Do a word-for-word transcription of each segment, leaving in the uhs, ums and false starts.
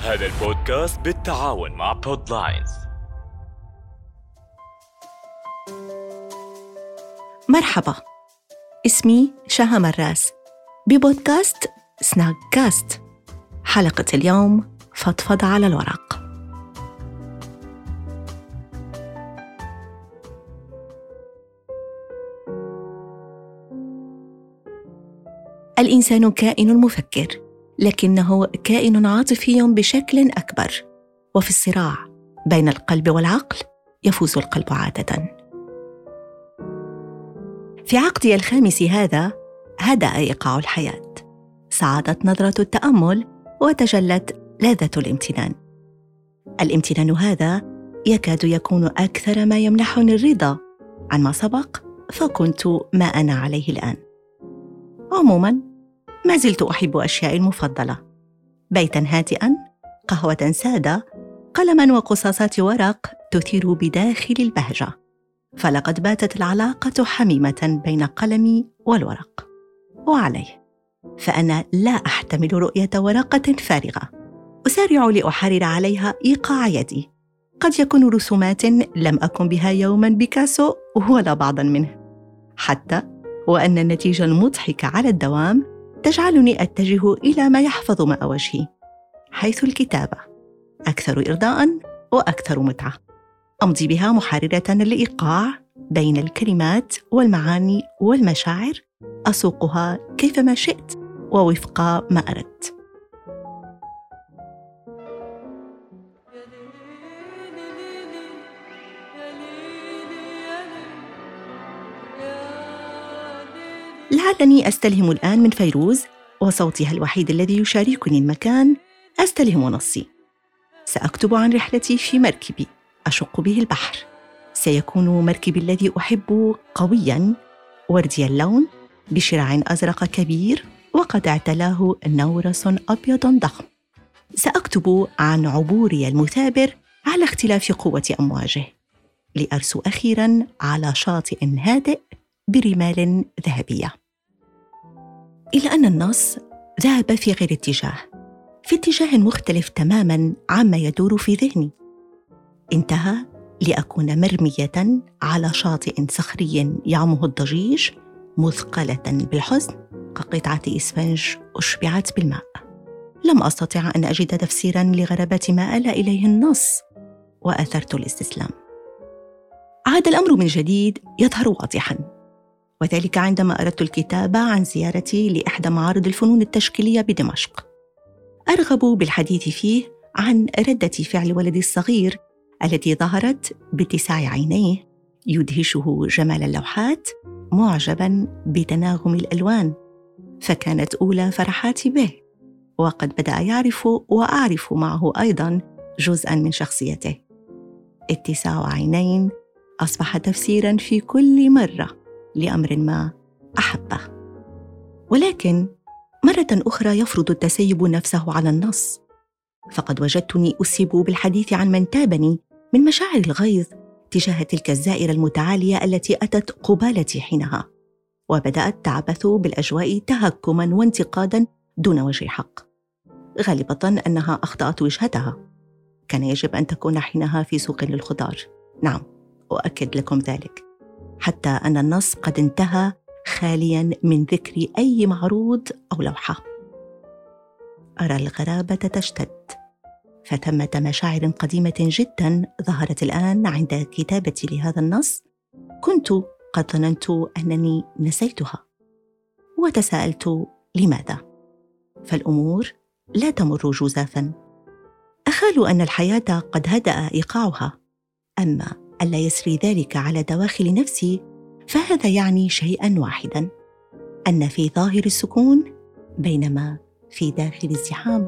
هذا البودكاست بالتعاون مع بودلاينز. مرحبا، اسمي شهى مراس ببودكاست سناك كاست. حلقة اليوم فضفضة على الورق. الإنسان كائن مفكر، لكنه كائن عاطفي بشكل أكبر، وفي الصراع بين القلب والعقل يفوز القلب عادة. في عقدي الخامس هذا هدأ إيقاع الحياة، صعدت نظرة التأمل وتجلت لذة الامتنان. الامتنان هذا يكاد يكون أكثر ما يمنحني الرضا عن ما سبق، فكنت ما أنا عليه الآن. عموماً ما زلت أحب أشيائي المفضلة: بيتاً هادئاً، قهوة سادة، قلماً وقصاصات ورق تثير بداخل البهجة. فلقد باتت العلاقة حميمة بين قلمي والورق. وعليه فأنا لا أحتمل رؤية ورقة فارغة، أسارع لأحرر عليها إيقاع يدي. قد يكون رسومات لم أكن بها يوماً بيكاسو ولا بعضاً منه، حتى وأن النتيجة المضحكة على الدوام تجعلني أتجه إلى ما يحفظ ماء وجهي، حيث الكتابة أكثر إرضاءً وأكثر متعة. أمضي بها محررة الإيقاع بين الكلمات والمعاني والمشاعر، أسوقها كيفما شئت ووفق ما أردت. لعلني أستلهم الآن من فيروز وصوتها الوحيد الذي يشاركني المكان. أستلهم نصي. سأكتب عن رحلتي في مركبي أشق به البحر. سيكون مركبي الذي أحب قوياً، وردي اللون، بشراع أزرق كبير وقد اعتلاه نورس أبيض ضخم. سأكتب عن عبوري المثابر على اختلاف قوة أمواجه، لأرسو أخيراً على شاطئ هادئ برمال ذهبية. إلا أن النص ذهب في غير اتجاه، في اتجاه مختلف تماماً عما يدور في ذهني. انتهى لأكون مرمية على شاطئ صخري يعمه الضجيج، مثقلة بالحزن كقطعة إسفنج أشبعت بالماء. لم أستطع أن أجد تفسيراً لغرابة ما آل إليه النص، وآثرت الاستسلام. عاد الأمر من جديد يظهر واضحاً، وذلك عندما أردت الكتابة عن زيارتي لإحدى معارض الفنون التشكيلية بدمشق. أرغب بالحديث فيه عن ردة فعل ولدي الصغير التي ظهرت باتساع عينيه يدهشه جمال اللوحات، معجباً بتناغم الألوان، فكانت أولى فرحاتي به، وقد بدأ يعرف وأعرف معه أيضاً جزءاً من شخصيته. اتساع عينين أصبح تفسيراً في كل مرة لأمر ما أحبه. ولكن مرة أخرى يفرض التسيب نفسه على النص، فقد وجدتني أسهب بالحديث عن من تابني من مشاعر الغيظ تجاه تلك الزائرة المتعالية التي أتت قبالتي حينها، وبدأت تعبث بالأجواء تهكماً وانتقاداً دون وجه حق. غالباً أنها أخطأت وجهتها، كان يجب أن تكون حينها في سوق للخضار. نعم، أؤكد لكم ذلك، حتى أن النص قد انتهى خالياً من ذكر أي معروض أو لوحة. أرى الغرابة تشتد، فثمة مشاعر قديمة جداً ظهرت الآن عند كتابتي لهذا النص، كنت قد ظننت أنني نسيتها، وتساءلت لماذا؟ فالأمور لا تمر جزافاً. أخال أن الحياة قد هدأ إيقاعها، أما ألا يسري ذلك على دواخل نفسي فهذا يعني شيئاً واحداً: أن في ظاهر السكون بينما في داخل الزحام.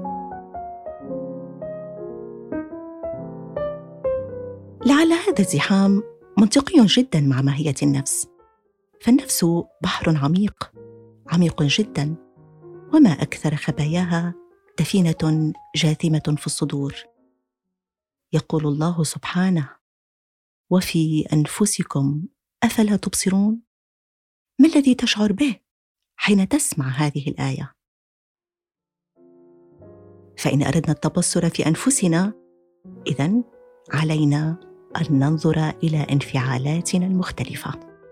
لعل هذا الزحام منطقي جداً مع ماهية النفس، فالنفس بحر عميق عميق جداً، وما أكثر خباياها دفينة جاثمة في الصدور. يقول الله سبحانه: وفي أنفسكم أفلا تبصرون؟ ما الذي تشعر به حين تسمع هذه الآية؟ فإن أردنا التبصر في أنفسنا، إذن علينا أن ننظر إلى انفعالاتنا المختلفة.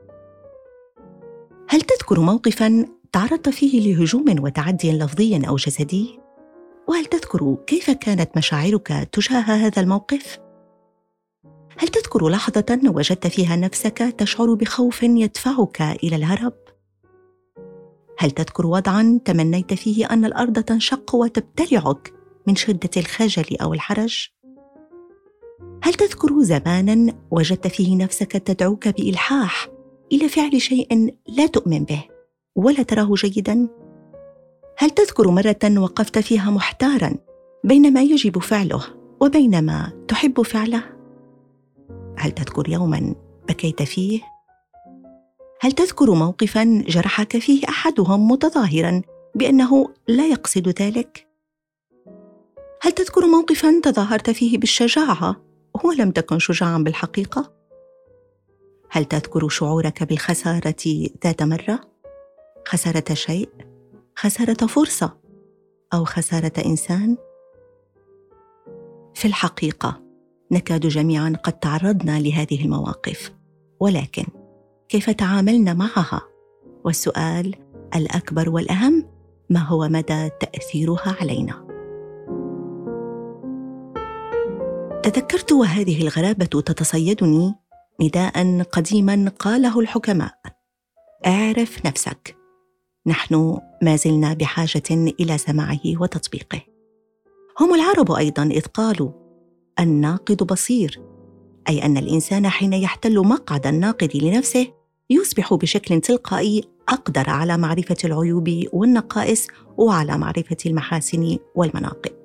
هل تذكر موقفاً تعرضت فيه لهجوم وتعدي لفظي أو جسدي؟ وهل تذكر كيف كانت مشاعرك تجاه هذا الموقف؟ هل تذكر لحظة وجدت فيها نفسك تشعر بخوف يدفعك إلى الهرب؟ هل تذكر وضعاً تمنيت فيه أن الأرض تنشق وتبتلعك من شدة الخجل أو الحرج؟ هل تذكر زماناً وجدت فيه نفسك تدعوك بإلحاح إلى فعل شيء لا تؤمن به ولا تراه جيداً؟ هل تذكر مرة وقفت فيها محتاراً بين ما يجب فعله وبين ما تحب فعله؟ هل تذكر يوماً بكيت فيه؟ هل تذكر موقفاً جرحك فيه أحدهم متظاهراً بأنه لا يقصد ذلك؟ هل تذكر موقفاً تظاهرت فيه بالشجاعة ولم تكن شجاعاً بالحقيقة؟ هل تذكر شعورك بالخسارة ذات مرة؟ خسارة شيء؟ خسارة فرصة؟ أو خسارة إنسان؟ في الحقيقة نكاد جميعاً قد تعرضنا لهذه المواقف، ولكن كيف تعاملنا معها؟ والسؤال الأكبر والأهم، ما هو مدى تأثيرها علينا؟ تذكرت وهذه الغرابة تتصيدني نداء قديما قاله الحكماء: اعرف نفسك. نحن ما زلنا بحاجة إلى سماعه وتطبيقه. هم العرب أيضا إذ قالوا الناقد بصير، أي أن الإنسان حين يحتل مقعد الناقد لنفسه يصبح بشكل تلقائي أقدر على معرفة العيوب والنقائص وعلى معرفة المحاسن والمناقب.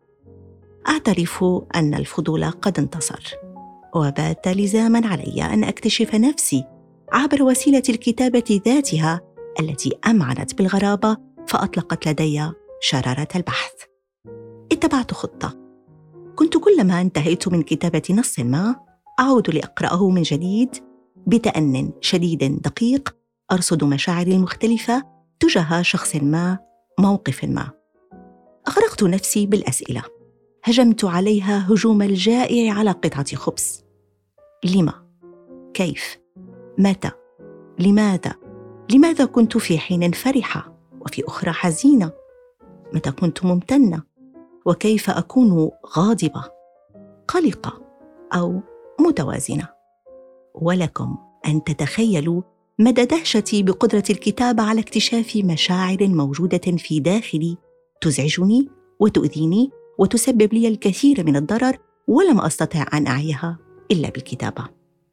أعترف أن الفضول قد انتصر، وبات لزاماً علي أن أكتشف نفسي عبر وسيلة الكتابة ذاتها التي أمعنت بالغرابة فأطلقت لدي شرارة البحث. اتبعت خطة. كنت كلما انتهيت من كتابة نص ما أعود لأقرأه من جديد بتأنٍ شديد دقيق، أرصد مشاعري المختلفة تجاه شخص ما، موقف ما. أغرقت نفسي بالأسئلة، هجمت عليها هجوم الجائع على قطعة خبز. لما؟ كيف؟ متى؟ لماذا؟ لماذا كنت في حين فرحة وفي أخرى حزينة؟ متى كنت ممتنة؟ وكيف أكون غاضبة، قلقة أو متوازنة؟ ولكم أن تتخيلوا مدى دهشتي بقدرة الكتابة على اكتشاف مشاعر موجودة في داخلي تزعجني وتؤذيني وتسبب لي الكثير من الضرر، ولم أستطع أن أعيها إلا بالكتابة.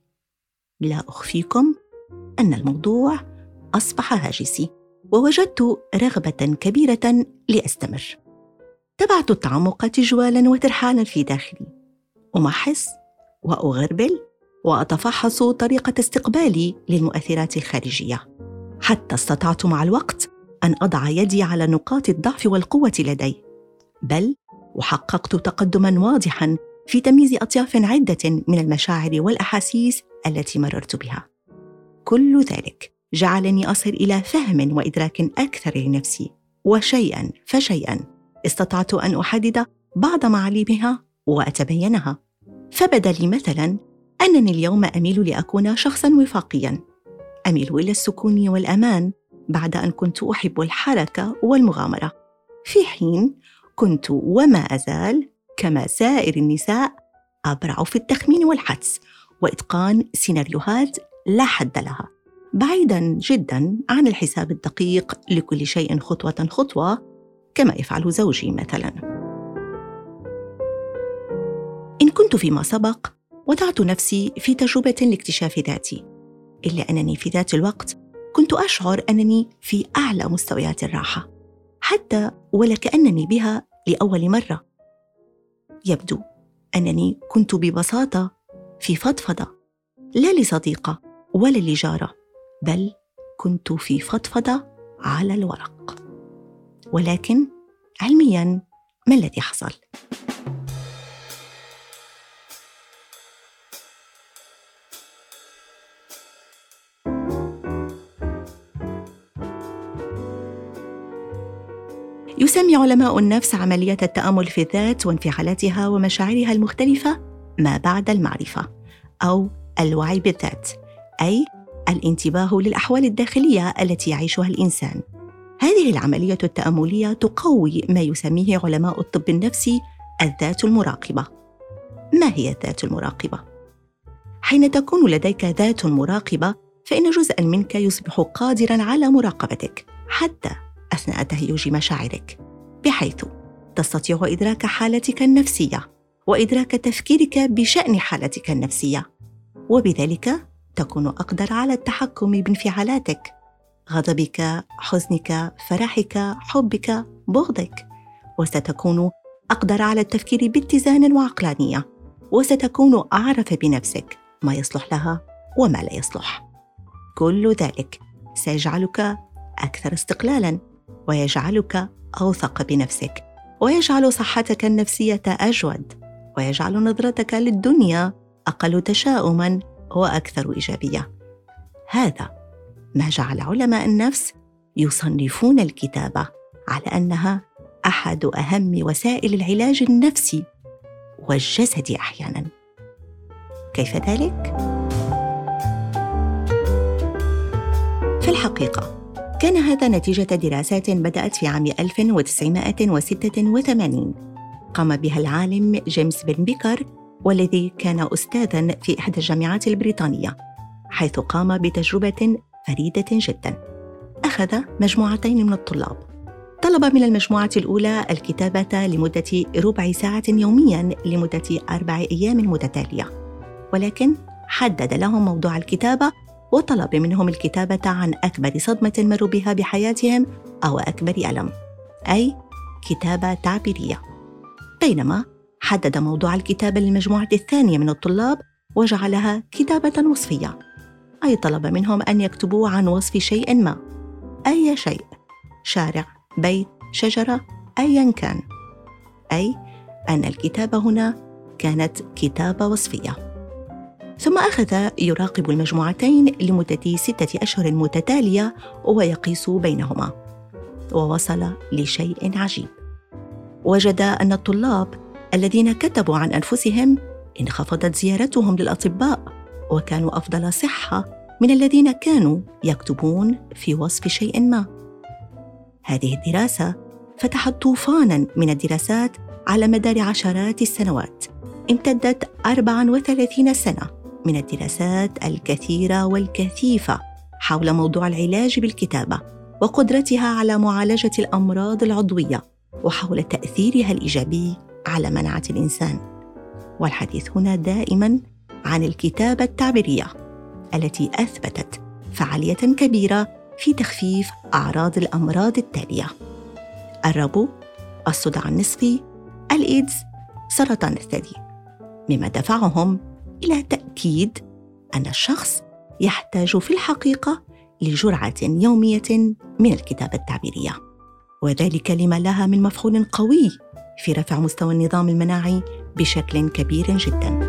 لا أخفيكم أن الموضوع أصبح هاجسي، ووجدت رغبة كبيرة لأستمر. تبعت التعمق تجوالاً وترحالاً في داخلي، أمحص وأغربل وأتفحص طريقة استقبالي للمؤثرات الخارجية، حتى استطعت مع الوقت أن أضع يدي على نقاط الضعف والقوة لدي، بل وحققت تقدماً واضحاً في تمييز أطياف عدة من المشاعر والأحاسيس التي مررت بها. كل ذلك جعلني أصل إلى فهم وإدراك أكثر لنفسي، وشيئاً فشيئاً استطعت أن أحدد بعض معالمها وأتبينها. فبدا لي مثلاً أنني اليوم أميل لأكون شخصاً وفاقياً، أميل إلى السكون والأمان بعد أن كنت أحب الحركة والمغامرة، في حين كنت وما أزال كما سائر النساء أبرع في التخمين والحدس وإتقان سيناريوهات لا حد لها، بعيداً جداً عن الحساب الدقيق لكل شيء خطوة خطوة كما يفعل زوجي مثلاً. إن كنت فيما سبق وضعت نفسي في تجربة لاكتشاف ذاتي، إلا أنني في ذات الوقت كنت أشعر أنني في أعلى مستويات الراحة، حتى ولكأنني بها لأول مرة. يبدو أنني كنت ببساطة في فضفضة، لا لصديقة ولا لجارة، بل كنت في فضفضة على الورق. ولكن علمياً ما الذي حصل؟ يسمي علماء النفس عملية التأمل في الذات وانفعالاتها ومشاعرها المختلفة ما بعد المعرفة، أو الوعي بالذات، أي الانتباه للأحوال الداخلية التي يعيشها الإنسان. هذه العملية التأملية تقوي ما يسميه علماء الطب النفسي الذات المراقبة. ما هي الذات المراقبة؟ حين تكون لديك ذات مراقبة، فإن جزءاً منك يصبح قادراً على مراقبتك حتى أثناء تهيج مشاعرك، بحيث تستطيع إدراك حالتك النفسية وإدراك تفكيرك بشأن حالتك النفسية، وبذلك تكون أقدر على التحكم بانفعالاتك، غضبك، حزنك، فرحك، حبك، بغضك، وستكون أقدر على التفكير باتزان وعقلانية، وستكون أعرف بنفسك ما يصلح لها وما لا يصلح. كل ذلك سيجعلك أكثر استقلالاً، ويجعلك أوثق بنفسك، ويجعل صحتك النفسية أجود، ويجعل نظرتك للدنيا أقل تشاؤماً وأكثر إيجابية. هذا ما جعل علماء النفس يصنفون الكتابة على أنها أحد أهم وسائل العلاج النفسي والجسدي أحياناً. كيف ذلك؟ في الحقيقة كان هذا نتيجة دراسات بدأت في عام ألف وتسعمائة وستة وثمانين قام بها العالم جيمس بن بيكر، والذي كان أستاذاً في إحدى الجامعات البريطانية، حيث قام بتجربة فريدة جداً. أخذ مجموعتين من الطلاب، طلب من المجموعة الأولى الكتابة لمدة ربع ساعة يومياً لمدة أربع أيام متتالية، ولكن حدد لهم موضوع الكتابة وطلب منهم الكتابة عن أكبر صدمة مروا بها بحياتهم أو أكبر ألم، أي كتابة تعبيرية. بينما حدد موضوع الكتابة للمجموعة الثانية من الطلاب وجعلها كتابة وصفية، أي طلب منهم أن يكتبوا عن وصف شيء ما، أي شيء، شارع، بيت، شجرة، أياً كان، أي أن الكتابة هنا كانت كتابة وصفية. ثم أخذ يراقب المجموعتين لمدة ستة أشهر متتالية ويقيس بينهما، ووصل لشيء عجيب. وجد أن الطلاب الذين كتبوا عن أنفسهم انخفضت زيارتهم للأطباء، وكانوا أفضل صحة من الذين كانوا يكتبون في وصف شيء ما. هذه الدراسة فتحت طوفاناً من الدراسات على مدار عشرات السنوات، امتدت أربع وثلاثين سنة من الدراسات الكثيرة والكثيفة حول موضوع العلاج بالكتابة وقدرتها على معالجة الأمراض العضوية، وحول تأثيرها الإيجابي على مناعة الإنسان. والحديث هنا دائماً عن الكتابة التعبيرية التي أثبتت فعالية كبيرة في تخفيف أعراض الأمراض التالية: الربو، الصداع النصفي، الإيدز، سرطان الثدي، مما دفعهم إلى تأكيد أن الشخص يحتاج في الحقيقة لجرعة يومية من الكتابة التعبيرية، وذلك لما لها من مفعول قوي في رفع مستوى النظام المناعي بشكل كبير جداً.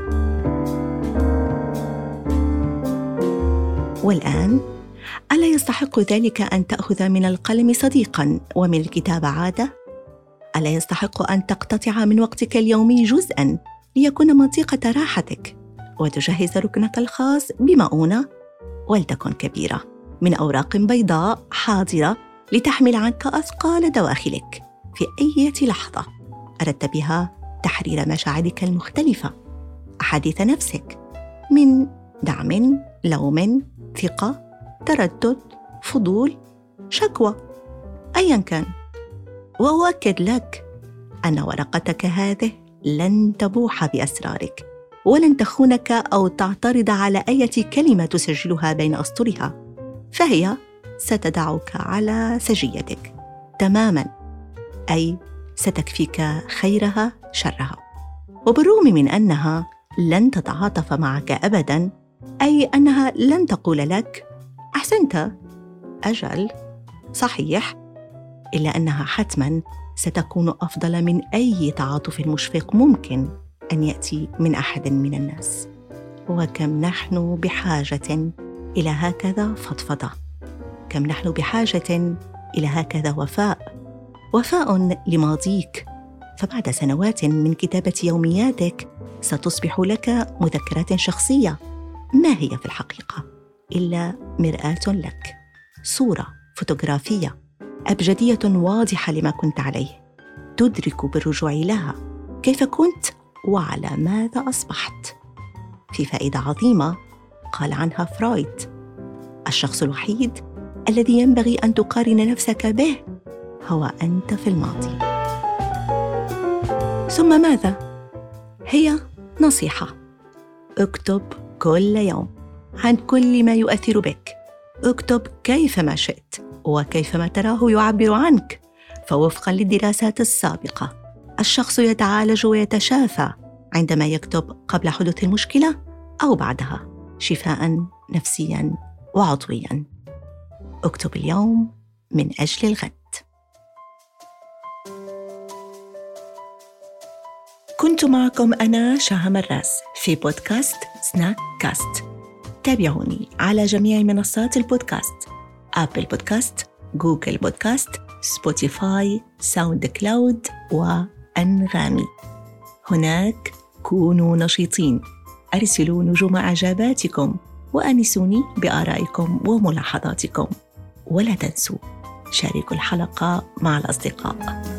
والآن، ألا يستحق ذلك أن تأخذ من القلم صديقاً ومن الكتابة عادة؟ ألا يستحق أن تقتطع من وقتك اليومي جزءاً ليكون منطقة راحتك، وتجهز ركنك الخاص بمؤونة ولتكن كبيرة من أوراق بيضاء حاضرة لتحمل عنك أثقال دواخلك في أي لحظة أردت بها تحرير مشاعرك المختلفة، أحاديث نفسك من دعم، لوم، ثقة، تردد، فضول، شكوى، أياً كان. وأؤكد لك أن ورقتك هذه لن تبوح بأسرارك، ولن تخونك أو تعترض على أي كلمة تسجلها بين أسطرها، فهي ستدعك على سجيتك تماماً، أي ستكفيك خيرها شرها. وبالرغم من أنها لن تتعاطف معك أبداً، أي أنها لن تقول لك أحسنت، أجل، صحيح، إلا أنها حتماً ستكون أفضل من أي تعاطف مشفق ممكن أن يأتي من أحد من الناس. وكم نحن بحاجة إلى هكذا فضفضة، كم نحن بحاجة إلى هكذا وفاء، وفاء لماضيك، فبعد سنوات من كتابة يومياتك ستصبح لك مذكرات شخصية ما هي في الحقيقة إلا مرآة لك، صورة فوتوغرافية أبجدية واضحة لما كنت عليه، تدرك بالرجوع لها كيف كنت وعلى ماذا أصبحت. في فائدة عظيمة قال عنها فرويد: الشخص الوحيد الذي ينبغي أن تقارن نفسك به هو أنت في الماضي. ثم ماذا؟ هي نصيحة: اكتب كل يوم عن كل ما يؤثر بك، اكتب كيفما شئت وكيفما تراه يعبر عنك، فوفقاً للدراسات السابقة الشخص يتعالج ويتشافى عندما يكتب قبل حدوث المشكلة أو بعدها، شفاء نفسياً وعضوياً. اكتب اليوم من أجل الغد. كنت معكم أنا شاهة مراس في بودكاست سناك كاست. تابعوني على جميع منصات البودكاست: أبل بودكاست، جوجل بودكاست، سبوتيفاي، ساوند كلاود وأنغامي. هناك كونوا نشيطين، أرسلوا نجوم إعجاباتكم وأنسوني بآرائكم وملاحظاتكم، ولا تنسوا شاركوا الحلقة مع الأصدقاء.